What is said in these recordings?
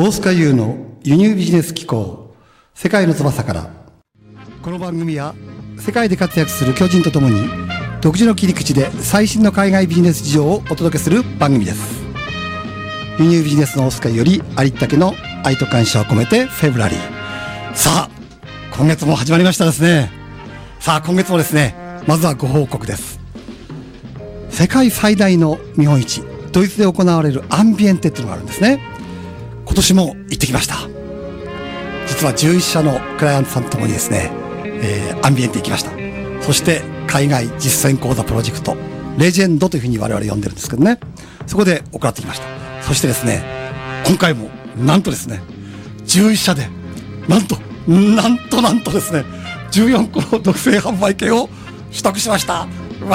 大須賀優の輸入ビジネス機構世界の翼から。この番組は世界で活躍する巨人とともに独自の切り口で最新の海外ビジネス事情をお届けする番組です。輸入ビジネスの大須賀よりありったけの愛と感謝を込めてフェブラリー。さあ今月も始まりましたですね。さあ今月もですね、まずはご報告です。世界最大の見本市、ドイツで行われるアンビエンテっていうのがあるんですね。今年も行ってきました。実は11社のクライアントさんともにですね、アンビエンテ行きました。そして海外実践講座プロジェクトレジェンドというふうに我々呼んでるんですけどね、そこで行ってきました。そしてですね、今回もなんとですね、11社でなんとですね、14個の独占販売権を取得しました。わ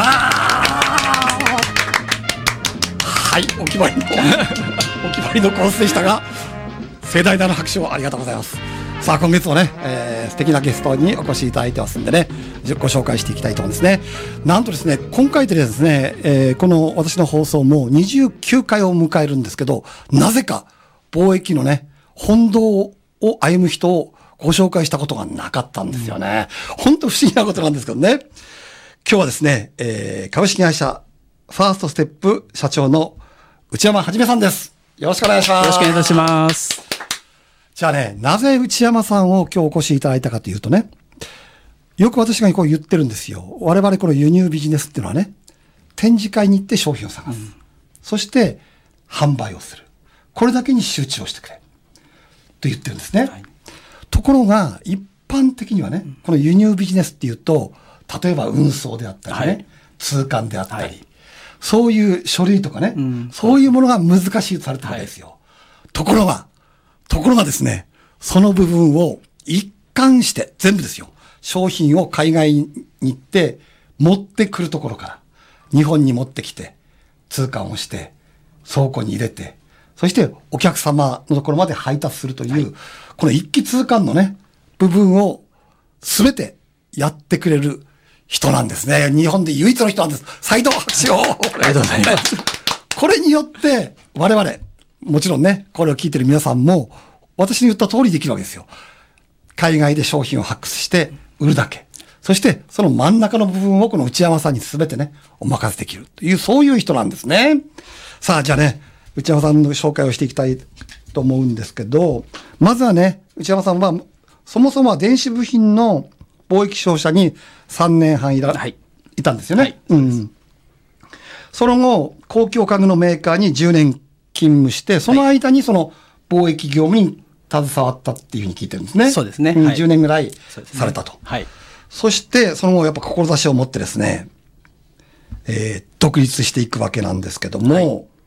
はい、お決まりのコースでしたが、盛大な拍手をありがとうございます。さあ今月もね、素敵なゲストにお越しいただいてますんでね、ご紹介していきたいと思うんですね。なんとですね、今回でですね、この私の放送も29回を迎えるんですけど、なぜか貿易のね、本道を歩む人をご紹介したことがなかったんですよね。本当不思議なことなんですけどね。今日はですね、株式会社ファーストステップ社長の内山はじめさんです。よろしくお願いします。 よろしくお願いいたします。 じゃあね、なぜ内山さんを今日お越しいただいたかというとね、よく私がこう言ってるんですよ。我々この輸入ビジネスっていうのはね、展示会に行って商品を探す。そして販売をする。これだけに集中をしてくれ。と言ってるんですね。はい、ところが、一般的にはね、この輸入ビジネスっていうと、例えば運送であったりね、はい、通関であったり、はい、そういう書類とかね、そういうものが難しいとされてるわけですよ。はい、ところがですね、その部分を一貫して全部ですよ。商品を海外に行って持ってくるところから日本に持ってきて通関をして倉庫に入れて、そしてお客様のところまで配達するという、はい、この一気通関のね部分を全てやってくれる人なんですね。日本で唯一の人なんです。再度拍手を。ありがとうございます。 これによって我々もちろんね、これを聞いてる皆さんも私に言った通りできるわけですよ。海外で商品を発掘して売るだけ。そしてその真ん中の部分をこの内山さんに全てね、お任せできるという、そういう人なんですね。さあじゃあね、内山さんの紹介をしていきたいと思うんですけど、まずはね、内山さんはそもそもは電子部品の貿易商社に3年半いたんですよね。はい、その後、公共家具のメーカーに10年勤務して、その間にその貿易業務に携わったっていうふうに聞いてるんですね。 そうですね。 10年ぐらいされたと。 はい。 そして、その後やっぱ志を持ってですね、独立していくわけなんですけども、はい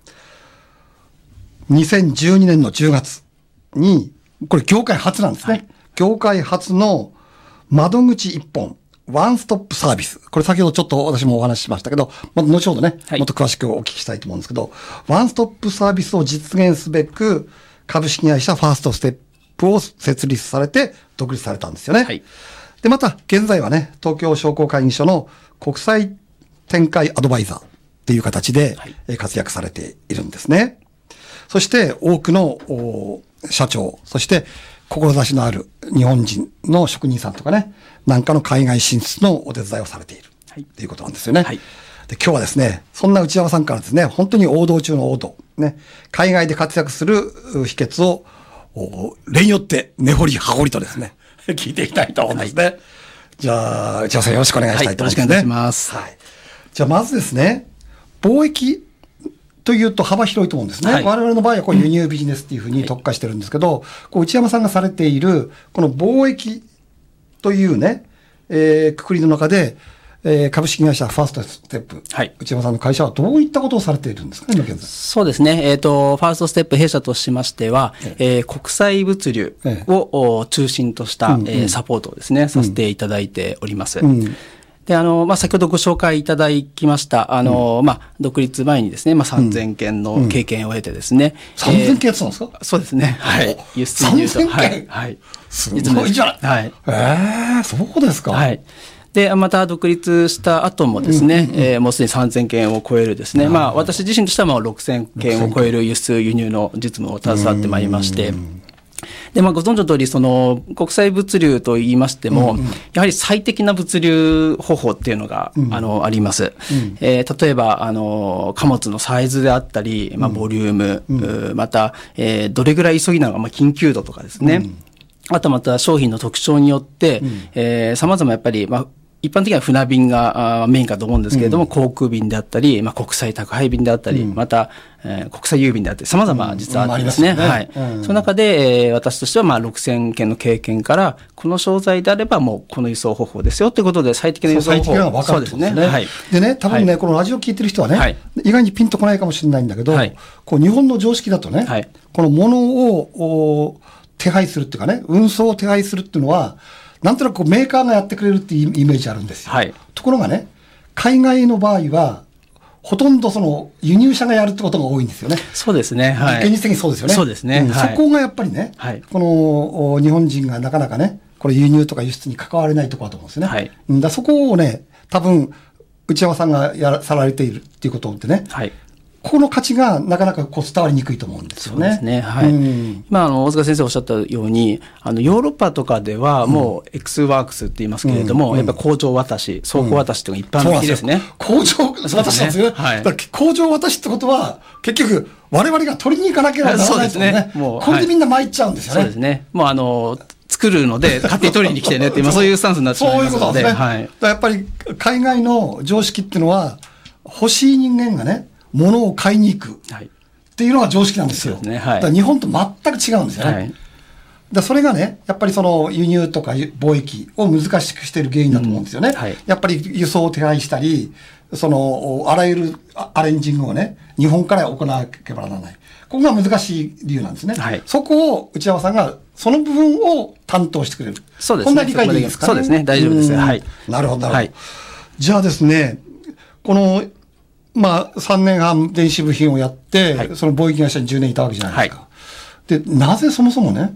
、2012年の10月に、これ業界初なんですね。はい、業界初の窓口一本、ワンストップサービス。これ先ほどちょっと私もお話ししましたけど、後ほどね、はい、もっと詳しくお聞きしたいと思うんですけど、ワンストップサービスを実現すべく、株式会社ファーストステップを設立されて独立されたんですよね。はい、で、また現在はね、東京商工会議所の国際展開アドバイザーっていう形で活躍されているんですね。そして多くの社長、そして志のある日本人の職人さんとかね、なんかの海外進出のお手伝いをされているっていうことなんですよね。はい、で今日はですね、そんな内山さんからですね、本当に王道中の王道、ね、海外で活躍する秘訣を例によって根掘り葉掘りとですね、聞いていきたいと思うんですね。はい、じゃあ内山さんよろしくお願いしたいと思いますね。 よろしくお願いします。 はい。じゃあまずですね、貿易というと幅広いと思うんですね。はい、我々の場合はこう輸入ビジネスっていうふうに特化してるんですけど、こう内山さんがされているこの貿易というね、くくりの中で、株式会社ファーストステップ、はい、内山さんの会社はどういったことをされているんですかね、今現在。 そうですね。ファーストステップ弊社としましては、国際物流を中心とした、サポートをですね、させていただいております。で、先ほどご紹介いただきました、独立前にですね、3000件の経験を得てですね。 3000件やってたんですか？ そうですね。はい。輸出入と。 3000件？ はい。 すごいじゃない。 はい。 そうですか。 はい。 で、また独立した後もですね、もうすでに3000件を超えるですね、私自身としてはもう6000件を超える輸出輸入の実務を携わってまいりまして、で、ご存知の通り、国際物流といいましても、やはり最適な物流方法っていうのが、あります。例えば、貨物のサイズであったり、ボリューム、また、どれぐらい急ぎなのか、緊急度とかですね。あとまた商品の特徴によって、様々やっぱり、一般的には船便がメインかと思うんですけれども、航空便であったり、国際宅配便であったり、また、国際郵便であったり、様々実はあってですね。はい。その中で、私としては6000件の経験から、この商材であればもうこの輸送方法ですよということで、最適な輸送方法。 最適なのが分かるんですね。はい。でね、多分ね、このラジオ聞いてる人はね、意外にピンとこないかもしれないんだけど、こう日本の常識だとね、この物を手配するっていうかね、運送を手配するっていうのは、なんとなくメーカーがやってくれるっていうイメージあるんですよ。ところがね、海外の場合は、ほとんど輸入者がやるってことが多いんですよね。 そうですね。 現実的にそうですよね。 そうですね。 そこがやっぱりね、この日本人がなかなかね、これ輸入とか輸出に関われないところだと思うんですよね。だそこをね、多分、内山さんがさられているっていうことでね、この価値がなかなか伝わりにくいと思うんですよね。 そうですね。はい。今、大塚先生おっしゃったように、ヨーロッパとかではもう X ワークスって言いますけれども、やっぱり工場渡し、倉庫渡しっていうのが一般的ですね。 工場渡しなんですよね。工場渡しってことは、結局、我々が取りに行かなければならないですね。これでみんな参っちゃうんですよね。 そうですね。もう作るので、勝手に取りに来てねっていう、そういうスタンスになってしまいますので。そういうことですね。 やっぱり、海外の常識っていうのは、欲しい人間がね、物を買いに行くっていうのが常識なんですよ。だから日本と全く違うんですよね。だそれがね、やっぱり輸入とか貿易を難しくしている原因だと思うんですよね。やっぱり輸送を手配したり、あらゆるアレンジングをね、日本から行わなければならない。ここが難しい理由なんですね。そこを内山さんがその部分を担当してくれる。 そうですね。 こんな理解でいいですかね。 そうですね。大丈夫です。はい。 なるほど、なるほど。じゃあですね、この、3年半電子部品をやって、その貿易会社に10年いたわけじゃないですか。で、なぜそもそもね、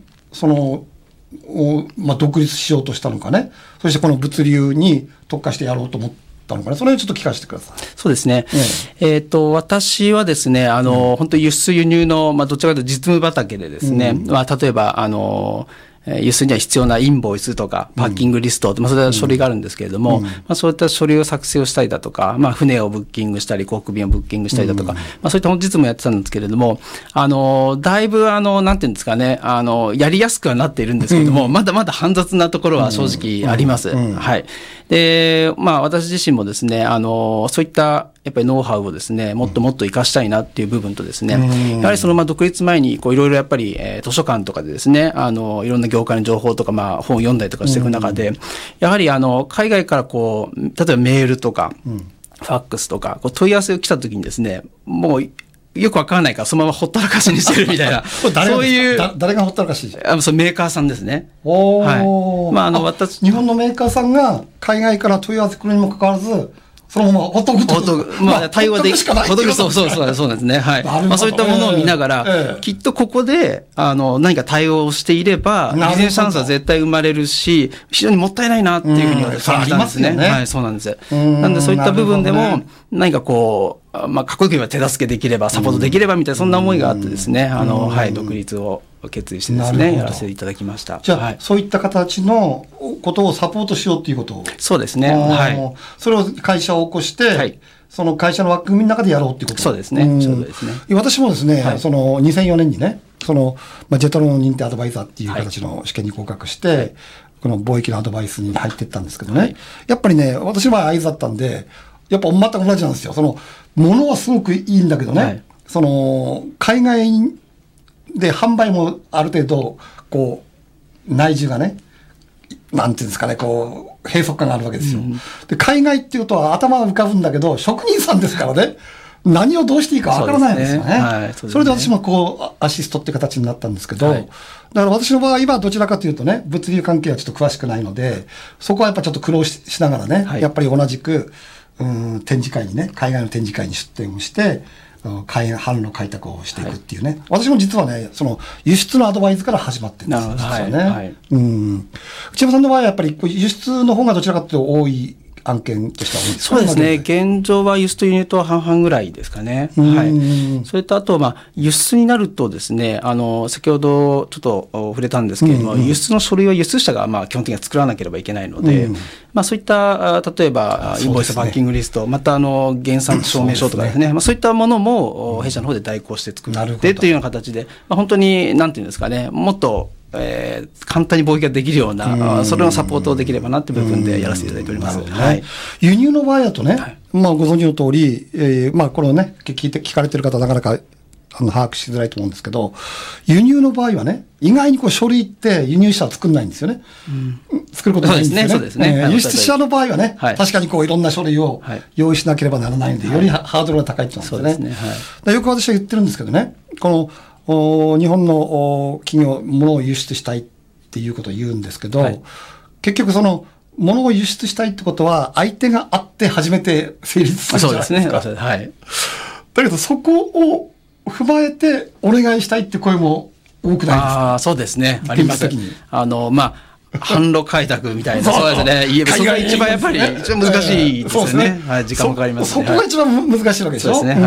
独立しようとしたのかね、そしてこの物流に特化してやろうと思ったのかね、それをちょっと聞かせてください。 そうですね。私はですね、本当輸出輸入の、どちらかというと実務畑でですね、例えば、輸出には必要なインボイスとか、パッキングリスト、そういった書類があるんですけれども、そういった書類を作成をしたりだとか、船をブッキングしたり、航空便をブッキングしたりだとか、そういった本実務をやってたんですけれども、だいぶ、なんていうんですかね、やりやすくはなっているんですけれども、まだまだ煩雑なところは正直あります。はい。で、私自身もですね、そういった、やっぱりノウハウをですね、もっともっと活かしたいなっていう部分とですね、やはり独立前にいろいろやっぱり、図書館とかでですね、いろんな業界の情報とか、本を読んだりとかしていく中で、やはり海外から例えばメールとか、ファックスとか、問い合わせが来た時にですね、もう、よくわからないから、そのままほったらかしにしてるみたいな。 そういう。誰がほったらかし？ そのメーカーさんですね。 はい。日本のメーカーさんが海外から問い合わせ来るにもかかわらず、そのままほっとくと。 対応できる。ほっとくそうですね。はい。そういったものを見ながら、きっとここで、何か対応していれば、ビジネスチャンスは絶対生まれるし、非常にもったいないなっていうふうに感じたんですね。はい、そうなんです。なんでそういった部分でも、何かかっこよく言えば手助けできれば、サポートできればみたいな、そんな思いがあってですね、はい、独立を決意してですね、やらせていただきました。 じゃあ、そういった形のことをサポートしようということを。 そうですね。はい。 それを会社を起こして、その会社の枠組みの中でやろうということ。 そうですね。そうですね。 私もですね、2004年にね、ジェトロの認定アドバイザーっていう形の試験に合格して、この貿易のアドバイスに入っていったんですけどね、やっぱりね、私の場合会津だったんで、やっぱ全く同じなんですよ。物はすごくいいんだけどね、海外で販売もある程度、内需がね、なんていうんですかね、閉塞感があるわけですよ。で、海外っていうと頭が浮かぶんだけど、職人さんですからね、何をどうしていいかわからないんですよね。それで私もアシストっていう形になったんですけど、だから私の場合はどちらかというとね、物流関係はちょっと詳しくないので、そこはやっぱちょっと苦労しながらね、やっぱり同じく、展示会にね、海外の展示会に出展をして、 販路開拓をしていくっていうね。私も実はね、その輸出のアドバイスから始まってるんですよ。実はね。内山さんの場合はやっぱり輸出の方がどちらかというと多い案件としては多いですか？ そうですね。現状は輸出と輸入と半々ぐらいですかね。はい。それとあと、輸出になるとですね、先ほどちょっと触れたんですけれども、輸出の書類は輸出者が基本的には作らなければいけないので、そういった例えばインボイスバンキングリスト、また原産地証明書とかですね、そういったものも弊社の方で代行して作ってというような形で、本当になんていうんですかね、もっと簡単に貿易ができるような、それのサポートをできればなという部分でやらせていただいております。 輸入の場合だとね、ご存知の通り、これをね、聞かれてる方なかなか把握しづらいと思うんですけど、輸入の場合はね、意外に書類って輸入者は作んないんですよね。作ることがないんですよね。 そうですね。 輸出者の場合はね、確かにいろんな書類を用意しなければならないので、よりハードルが高いってことなんですよね。よく私は言ってるんですけどね、日本の企業、物を輸出したいっていうことを言うんですけど、結局物を輸出したいってことは、相手があって初めて成立するじゃないですか。そうですね。はい。だけど、そこを踏まえてお願いしたいって声も多くないですか？ そうですね。あります。販路開拓みたいな。そうですね。それが一番やっぱり、一番難しいですよね。はい。時間もかかりますね。 そこが一番難しいわけでしょ？そうですね。はい。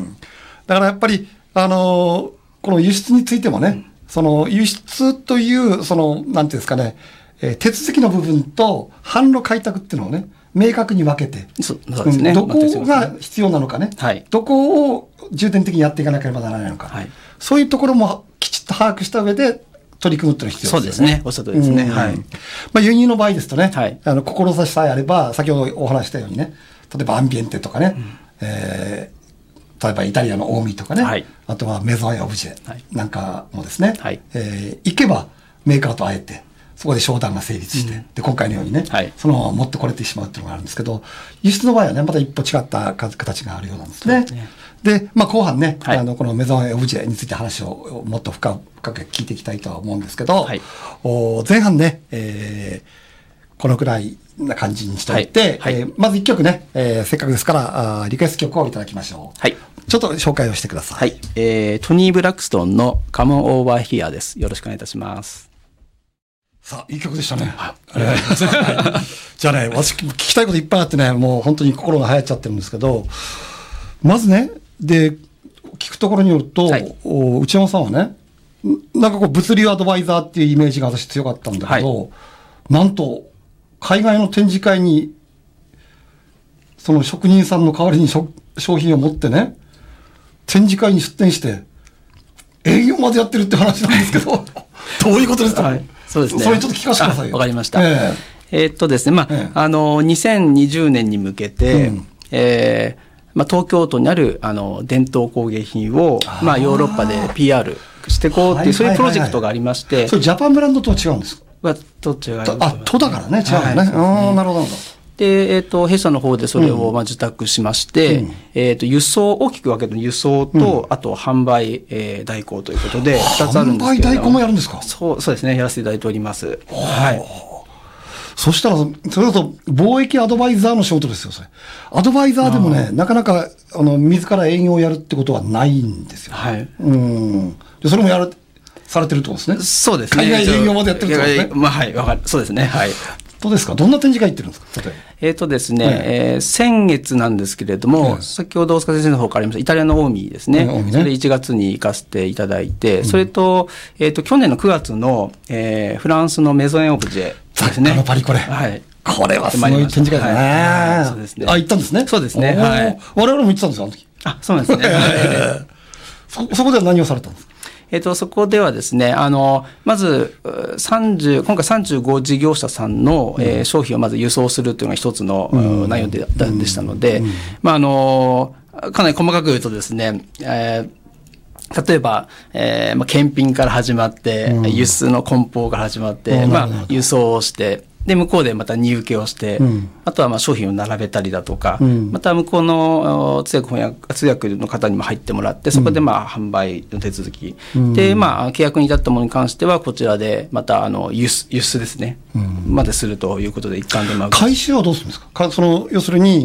だからやっぱり、この輸出についてもね、輸出という、なんていうんですかね、手続きの部分と販路開拓っていうのをね、明確に分けて、どこが必要なのかね、どこを重点的にやっていかなければならないのか、そういうところもきちっと把握した上で取り組むっていうのが必要ですね。そうですね。おっしゃる通りですね。はい。輸入の場合ですとね、志さえあれば、先ほどお話したようにね、例えばアンビエンテとかね、例えばイタリアのオーミーとかね、あとはメゾンやオブジェなんかもですね、行けばメーカーと会えて、そこで商談が成立して、で、今回のようにね、そのまま持ってこれてしまうっていうのがあるんですけど、輸出の場合はね、また一歩違った形があるようなんですね。で、後半ね、このメゾンやオブジェについて話をもっと深く聞いていきたいとは思うんですけど、前半ね、このくらいな感じにしておいて、まず一曲ね、せっかくですからリクエスト曲をいただきましょう。ちょっと紹介をしてください。 トニー・ブラックストンの Come On Over Here です。よろしくお願いいたします。 さあ、いい曲でしたね。じゃあね、私聞きたいこといっぱいあってね、もう本当に心が流行っちゃってるんですけど、まずね、で、聞くところによると、内山さんはね、なんか物流アドバイザーっていうイメージが私強かったんだけど、なんと、海外の展示会に、その職人さんの代わりに商品を持ってね、展示会に出展して、営業までやってるって話なんですけど、どういうことですか？ そうですね。 それちょっと聞かせてくださいよ。 わかりました。ですね、2020年に向けて、東京都にある伝統工芸品をヨーロッパで PR していこうっていう、そういうプロジェクトがありまして。 それジャパンブランドとは違うんですか？ と違います。 都だからね、違うね。なるほど。 で、弊社の方でそれを受託しまして、輸送、大きく分ける輸送と、あと販売、代行ということで、2つあるんですけど。 販売代行もやるんですか？ そうですね、やらせていただいております。はい。 そしたら、それこそ貿易アドバイザーの仕事ですよ、それ。アドバイザーでもね、なかなか、自ら営業をやるってことはないんですよ。はい。それもされてるってことですね。そうですね。海外営業までやってるってことですね。 はい、そうですね。はい。 どうですか？どんな展示会行ってるんですか？ ですね、先月なんですけれども、先ほど大塚先生の方からありましたイタリアのオーミーですね。それ1月に行かせていただいて、それと、去年の9月の、フランスのメゾン・オブジェですね。 パリコレ。はい。これはすごい展示会ですね。そうですね。行ったんですね。 そうですね。はい。 我々も行ってたんですよ、あの時。 そうなんですね。 そこでは何をされたんですか？ そこではですね、まず、今回35事業者さんの、商品をまず輸送するというのが一つの内容でしたので、かなり細かく言うとですね、例えば、検品から始まって、輸出の梱包から始まって、輸送をして、で、向こうでまた荷受けをして、あとは商品を並べたりだとか、また向こうの通訳の方にも入ってもらって、そこで販売の手続き。で、契約に至ったものに関しては、こちらでまた輸出ですね、までするということで、一貫で回収はどうするんですか？要するに、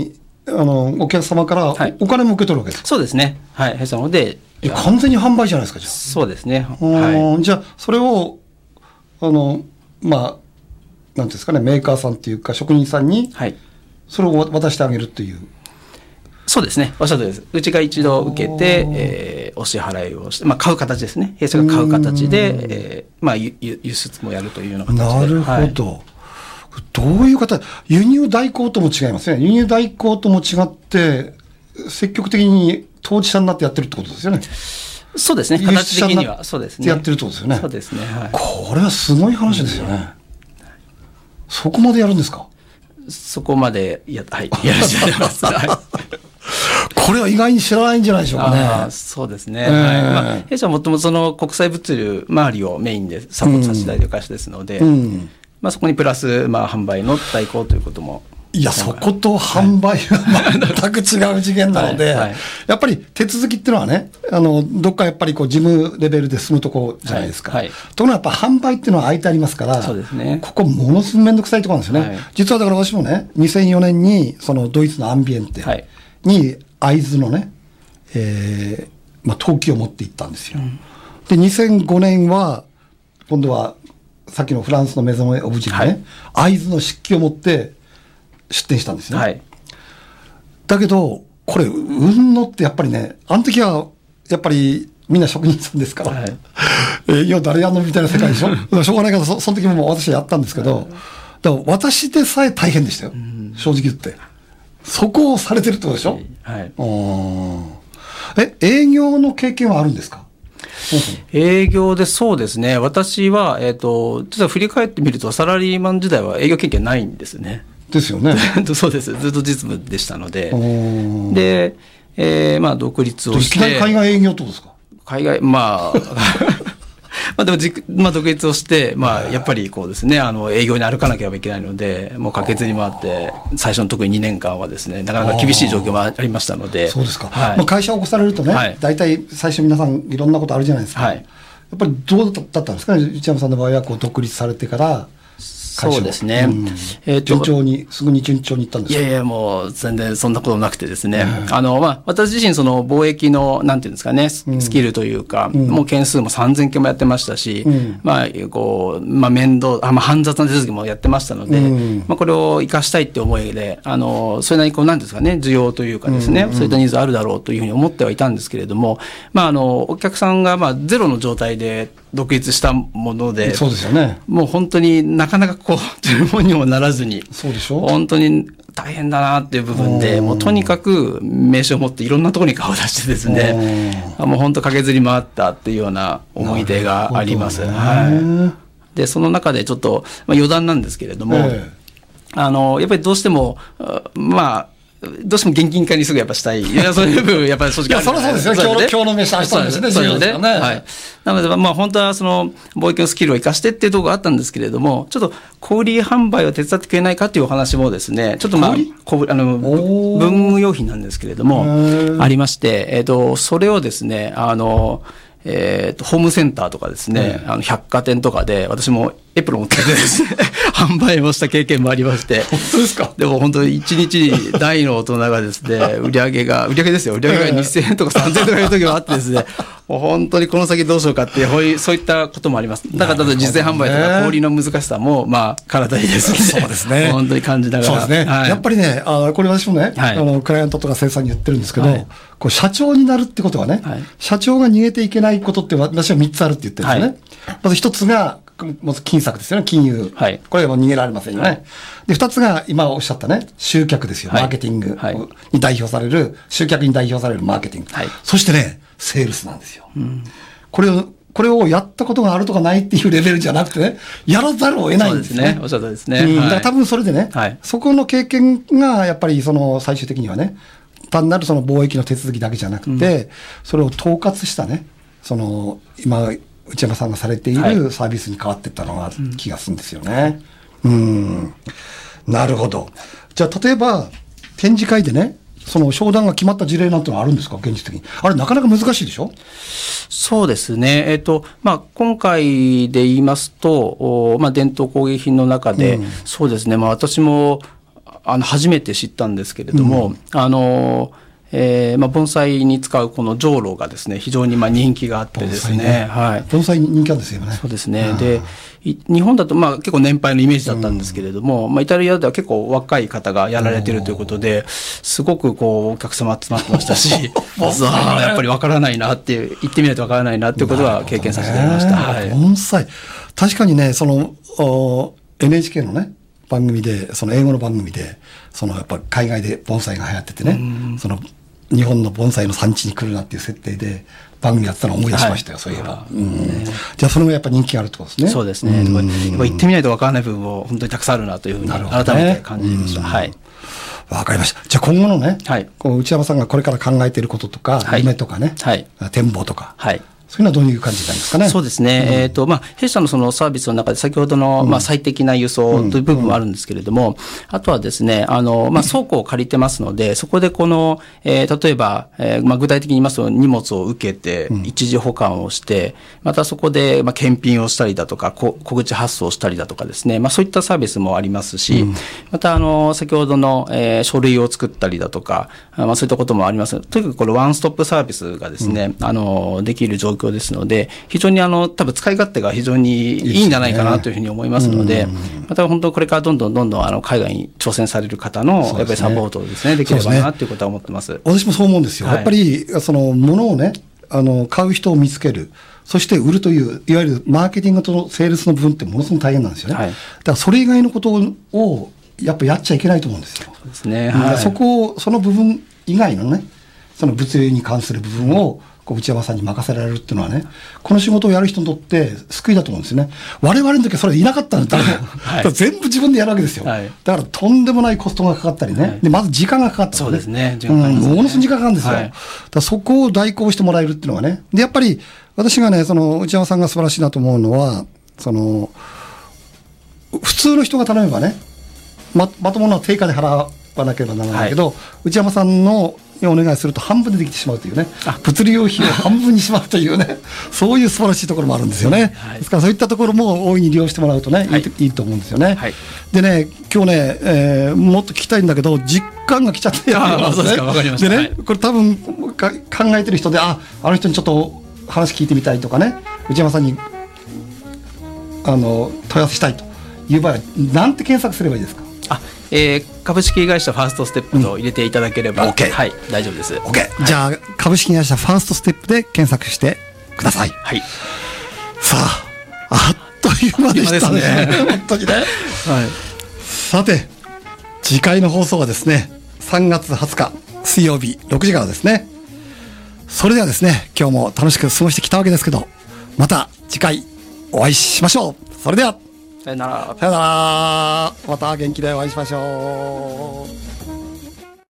お客様からお金も受け取るわけですか？ そうですね。はい。弊社の方で。 完全に販売じゃないですか、じゃあ。 そうですね。はい。じゃあ、それを、まあ、なんていうんですかね、メーカーさんっていうか、職人さんに、それを渡してあげるっていう。 そうですね。おっしゃるとおりです。うちが一度受けて、お支払いをして、まあ、買う形ですね。弊社が買う形で、まあ、輸出もやるというような形で。 なるほど。どういう方、輸入代行とも違いますね。輸入代行とも違って、積極的に当事者になってやってるってことですよね。 そうですね。形的には。そうですね。 やってるってことですよね。 そうですね。はい。 これはすごい話ですよね。そこまでやるんですか？ そこまでやらせていただきます。 これは意外に知らないんじゃないでしょうかね。 そうですね。まあ、弊社はもともとその国際物流周りをメインでサポートさせていただいている会社ですので、まあ、そこにプラス、まあ、販売の代行ということも。 いや、そこと販売は全く違う次元なので、やっぱり手続きっていうのはね、どっかやっぱりこう事務レベルで済むとこじゃないですか。ところがやっぱ販売っていうのは空いてありますから、 そうですね。 ここものすごくめんどくさいところなんですよね。実はだから私もね、2004年にそのドイツのアンビエンテに会津のね、まあ、陶器を持って行ったんですよ。で、2005年は、今度は、さっきのフランスのメゾン・オブジェにね、会津の漆器を持って出店したんですね。だけど、これ、運のってやっぱりね、あの時は、やっぱりみんな職人さんですから、いや、誰やんのみたいな世界でしょ。しょうがないから、その時も私はやったんですけど、だから私でさえ大変でしたよ。正直言って。そこをされてるってことでしょ。営業の経験はあるんですか？ 営業でそうですね。私は、実は振り返ってみると、サラリーマン時代は営業経験ないんですね。 ですよね。 そうです。ずっと実務でしたので。で、まあ、独立をして。 いきなり海外営業ってことですか？ 海外、まあ、まあでもまあ、独立をして、まあ、やっぱりこうですね、営業に歩かなければいけないので、もう駆けずり回って、最初の特に2年間はですね、なかなか厳しい状況もありましたので。 そうですか。まあ、会社を起こされるとね、大体最初皆さんいろんなことあるじゃないですか。やっぱりどうだったんですかね、内山さんの場合はこう独立されてから。 そうですね。 順調に、すぐに順調にいったんですか？ いやいや、もう全然そんなことなくてですね。まあ、私自身その貿易の、なんていうんですかね、スキルというか、もう件数も3000件もやってましたし、まあ、こう、まあ、煩雑な手続きもやってましたので、まあ、これを活かしたいって思いで、それなりにこう、なんですかね、需要というかですね、そういったニーズあるだろうというふうに思ってはいたんですけれども、まあ、お客さんが、まあ、ゼロの状態で独立したもので、 そうですよね。 もう本当になかなかこう、注文にもならずに、 そうでしょ？ 本当に大変だなっていう部分で、もうとにかく名刺を持っていろんなところに顔を出してですね、もう本当駆けずり回ったっていうような思い出があります。で、その中でちょっと、まあ、余談なんですけれども、やっぱりどうしても、まあ、どうしても現金化にすぐやっぱしたい。いや、そういう部分、やっぱり正直ある。 いや、そりゃそうですよ。今日の飯、明日の飯ね。 そうですね。はい。なので、まあ、本当はその、貿易のスキルを生かしてっていうところがあったんですけれども、ちょっと、小売販売を手伝ってくれないかっていうお話もですね、ちょっとまあ、文具用品なんですけれども、ありまして、それをですね、ホームセンターとかですね、百貨店とかで、私もエプロンをつけてですね、販売をした経験もありまして。 本当ですか？ でも本当に1日に大の大人がですね、売り上げが2000円とか3000円とかいう時もあってですね、もう本当にこの先どうしようかっていう、そういったこともあります。だから、実践販売とか小売の難しさも、まあ、体にですね。 そうですね。 本当に感じながら。 そうですね。やっぱりね、これ私もね、クライアントとか生産に言ってるんですけど、こう社長になるってことはね、社長が逃げていけないことって私は3つあるって言ってるんですね。まず1つが、まず金策ですよね、金融。これはもう逃げられませんよね。で、2つが今おっしゃったね、集客ですよ。マーケティングに代表される、集客に代表されるマーケティング。そしてね、セールスなんですよ。これをやったことがあるとかないっていうレベルじゃなくてね、やらざるを得ないんですね。 おっしゃったですね。 だから多分それでね、そこの経験がやっぱりその最終的にはね、単なるその貿易の手続きだけじゃなくて、それを統括したね、その今、内山さんがされているサービスに変わっていったのが気がするんですよね。なるほど。じゃあ例えば展示会でね、その商談が決まった事例なんてのはあるんですか、現実的に。あれなかなか難しいでしょ？ そうですね。まあ、今回で言いますと、まあ、伝統工芸品の中で、そうですね。まあ、私も、 初めて知ったんですけれども、盆栽に使うこのじょうろがですね、非常に人気があってですね。はい。 盆栽人気あるんですよね。 そうですね。で、日本だと結構年配のイメージだったんですけれども、イタリアでは結構若い方がやられているということで、すごくお客様集まってましたし、やっぱりわからないなっていう、行ってみないとわからないなっていうことは経験させていただきました。はい。 盆栽。確かにね、NHK のね、番組で、英語の番組で、やっぱ海外で盆栽が流行っててね、日本の盆栽の産地に来るなっていう設定で番組やってたのを思い出しましたよ、そういえば。じゃあそれもやっぱ人気があるってことですね。 そうですね。行ってみないとわからない部分も本当にたくさんあるなというふうに改めて感じました。はい。 わかりました。じゃあ今後のね、内山さんがこれから考えていることとか、夢とかね、展望とか、そういうのはどういう感じなんですかね。 そうですね。弊社のそのサービスの中で先ほどの、最適な輸送という部分もあるんですけれども、あとはですね、倉庫を借りてますので、そこで例えば、具体的に言いますと荷物を受けて、一時保管をして、またそこで、検品をしたりだとか、小口発送したりだとかですね、そういったサービスもありますし、また、先ほどの、書類を作ったりだとか、そういったこともあります。とにかくこれワンストップサービスがですね、できる状況ですので、非常に多分使い勝手が非常にいいんじゃないかなというふうに思いますので、また本当これからどんどん海外に挑戦される方のやっぱりサポートをですね、できればなということは思ってます。 私もそう思うんですよ。やっぱり物をね、買う人を見つける。そして売るという、いわゆるマーケティングとセールスの部分ってものすごく大変なんですよね。だからそれ以外のことをやっぱやっちゃいけないと思うんですよ。 そうですね。 その部分以外のね、物流に関する部分を内山さんに任せられるっていうのはね、この仕事をやる人にとって救いだと思うんですよね。我々の時はそれいなかったんだったら、全部自分でやるわけですよ。だからとんでもないコストがかかったりね。で、まず時間がかかった、 そうですね。 ものすごい時間かかるんですよ。だからそこを代行してもらえるっていうのがね。で、やっぱり私がね、内山さんが素晴らしいなと思うのは、普通の人が頼めばね、まともな定価で払わなければならないけど、内山さんのお願いすると半分でできてしまうというね、物流費を半分にしまうというね、そういう素晴らしいところもあるんですよね。ですからそういったところも大いに利用してもらうとね、いいと思うんですよね。でね、今日ね、もっと聞きたいんだけど、実感が来ちゃってそうですか、わかりました。 でね、これ多分考えてる人で、あの人にちょっと話聞いてみたいとかね、内山さんに問い合わせしたいという場合は、なんて検索すればいいですか？ 株式会社ファーストステップと入れていただければ、はい、大丈夫です。 じゃあ、株式会社ファーストステップで検索してください。はい。さあ、あっという間でしたね。本当にね。はい。さて、次回の放送はですね、3月20日水曜日6時からですね。それではですね、今日も楽しく過ごしてきたわけですけど、また次回お会いしましょう。それでは。 さよなら。 さよなら。また元気でお会いしましょう。